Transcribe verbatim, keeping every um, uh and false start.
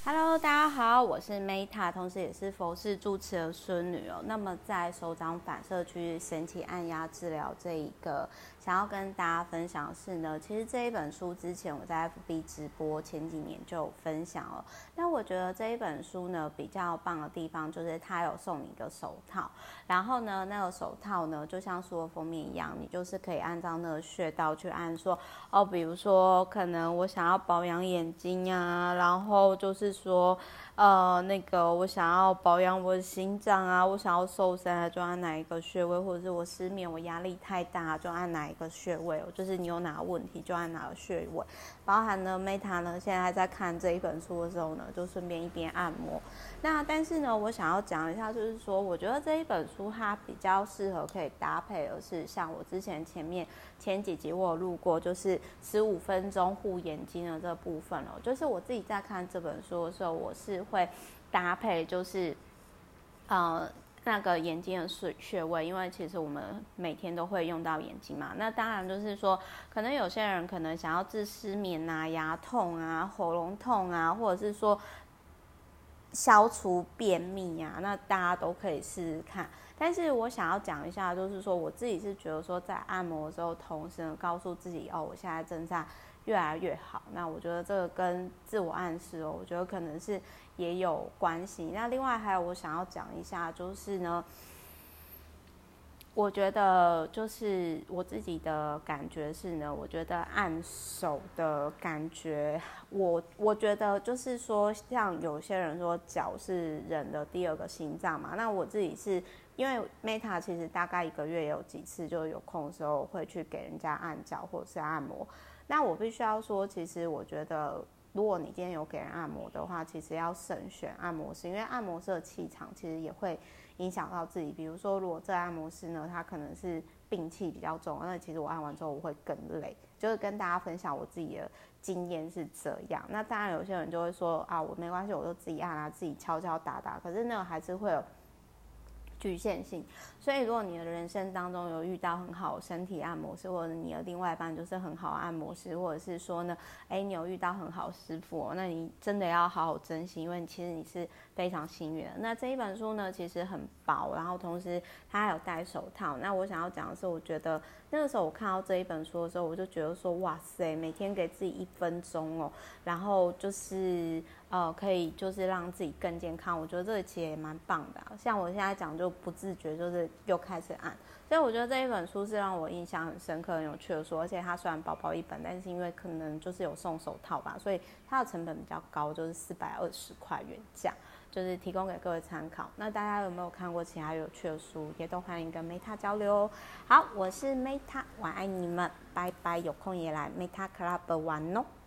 Hello，大家好，我是 Meta，同时也是佛氏住持的孙女哦。那么在手掌反射区神奇按压治疗这一个，想要跟大家分享的是呢，其实这一本书之前我在 F B 直播前几年就有分享了。那我觉得这一本书呢比较棒的地方就是它有送你一个手套，然后呢那个手套呢就像书的封面一样，你就是可以按照那个穴道去按说哦，比如说可能我想要保养眼睛啊，然后就是说，呃，那个我想要保养我的心脏啊，我想要瘦身啊，就按哪一个穴位，或者是我失眠，我压力太大，就按哪一个穴位，就是你有哪个问题就按哪个穴位。包含呢 Meta 呢现在在看这一本书的时候呢，就顺便一边按摩。那但是呢，我想要讲一下，就是说，我觉得这一本书它比较适合可以搭配的是，像我之前前面前几集我有录过，就是十五分钟护眼睛的这部分哦。就是我自己在看这本书的时候，我是会搭配，就是呃。那个眼睛的穴位，因为其实我们每天都会用到眼睛嘛。那当然就是说，可能有些人可能想要治失眠啊、牙痛啊、喉咙痛啊，或者是说消除便秘啊，那大家都可以试试看。但是我想要讲一下，就是说我自己是觉得说，在按摩的时候，同时呢告诉自己哦，我现在正在越来越好。那我觉得这个跟自我暗示哦，我觉得可能是也有关系。那另外还有我想要讲一下，就是呢，我觉得就是我自己的感觉是呢，我觉得按手的感觉，我我觉得就是说，像有些人说脚是人的第二个心脏嘛，那我自己是因为 Meta 其实大概一个月有几次就有空的时候会去给人家按脚或者是按摩，那我必须要说，其实我觉得。如果你今天有给人按摩的话，其实要慎选按摩师，因为按摩师的气场其实也会影响到自己。比如说，如果这按摩师呢，他可能是病气比较重，那其实我按完之后我会更累。就是跟大家分享我自己的经验是这样。那当然有些人就会说啊，我没关系，我就自己按啊，自己敲敲打打。可是那个还是会有局限性，所以如果你的人生当中有遇到很好的身体按摩师，或者你的另外一半就是很好的按摩师，或者是说呢，哎，你有遇到很好的师傅哦，那你真的要好好珍惜，因为其实你是非常幸运的。那这一本书呢，其实很薄，然后同时它还有戴手套。那我想要讲的是，我觉得那个时候我看到这一本书的时候，我就觉得说，哇塞，每天给自己一分钟哦，然后就是呃，可以就是让自己更健康。我觉得这个其实也蛮棒的啊。像我现在讲就不自觉就是又开始按，所以我觉得这一本书是让我印象很深刻、很有趣的书。而且它虽然薄薄一本，但是因为可能就是有送手套吧，所以它的成本比较高，就是四百二十块原价。就是提供给各位参考。那大家有没有看过其他有趣的书，也都欢迎跟 Meta 交流哦。好，我是 Meta， 我爱你们，拜拜，有空也来 Meta Club 玩哦。